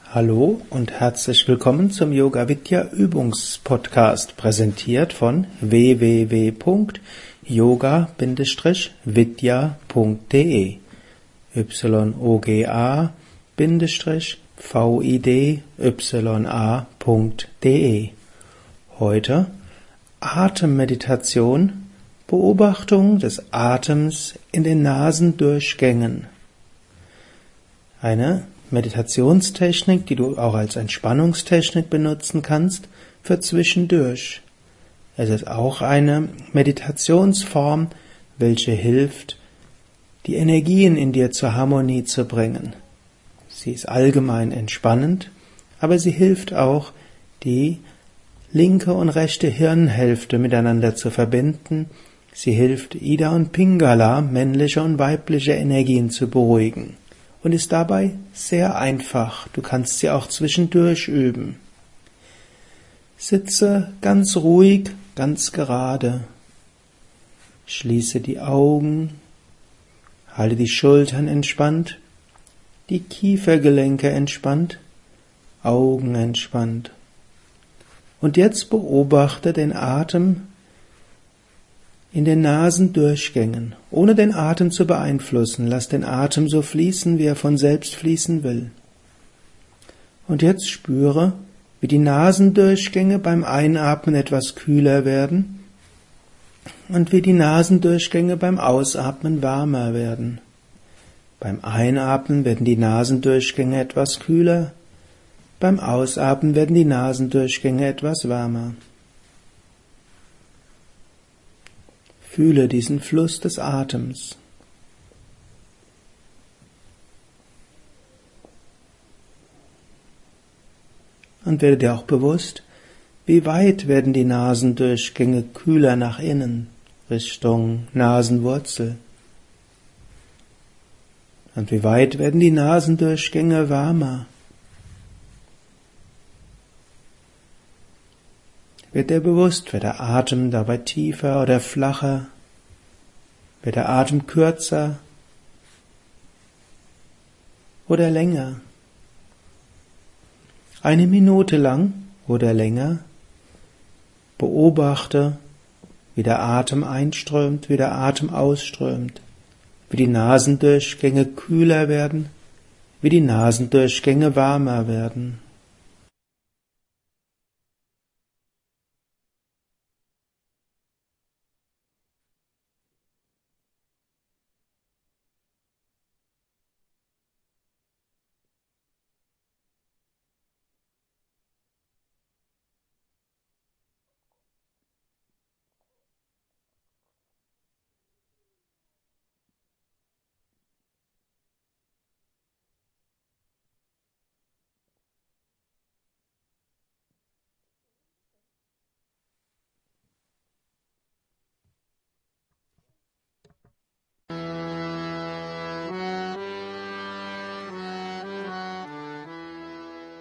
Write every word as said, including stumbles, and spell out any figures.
Hallo und herzlich willkommen zum Yoga Vidya Übungspodcast, präsentiert von w w w punkt yoga vidya punkt de. y o g a v i d y a punkt de. Heute Atemmeditation, Beobachtung des Atems in den Nasendurchgängen. Eine Meditationstechnik, die du auch als Entspannungstechnik benutzen kannst, für zwischendurch. Es ist auch eine Meditationsform, welche hilft, die Energien in dir zur Harmonie zu bringen. Sie ist allgemein entspannend, aber sie hilft auch, die linke und rechte Hirnhälfte miteinander zu verbinden. Sie hilft, Ida und Pingala, männliche und weibliche Energien zu beruhigen. Und ist dabei sehr einfach. Du kannst sie auch zwischendurch üben. Sitze ganz ruhig, ganz gerade. Schließe die Augen. Halte die Schultern entspannt. Die Kiefergelenke entspannt. Augen entspannt. Und jetzt beobachte den Atem in den Nasendurchgängen, ohne den Atem zu beeinflussen. Lass den Atem so fließen, wie er von selbst fließen will. Und jetzt spüre, wie die Nasendurchgänge beim Einatmen etwas kühler werden und wie die Nasendurchgänge beim Ausatmen wärmer werden. Beim Einatmen werden die Nasendurchgänge etwas kühler, beim Ausatmen werden die Nasendurchgänge etwas wärmer. Fühle diesen Fluss des Atems. Und werde dir auch bewusst, wie weit werden die Nasendurchgänge kühler nach innen, Richtung Nasenwurzel. Und wie weit werden die Nasendurchgänge wärmer. Wird dir bewusst, wird der Atem dabei tiefer oder flacher? Wird der Atem kürzer oder länger? Eine Minute lang oder länger beobachte, wie der Atem einströmt, wie der Atem ausströmt, wie die Nasendurchgänge kühler werden, wie die Nasendurchgänge wärmer werden.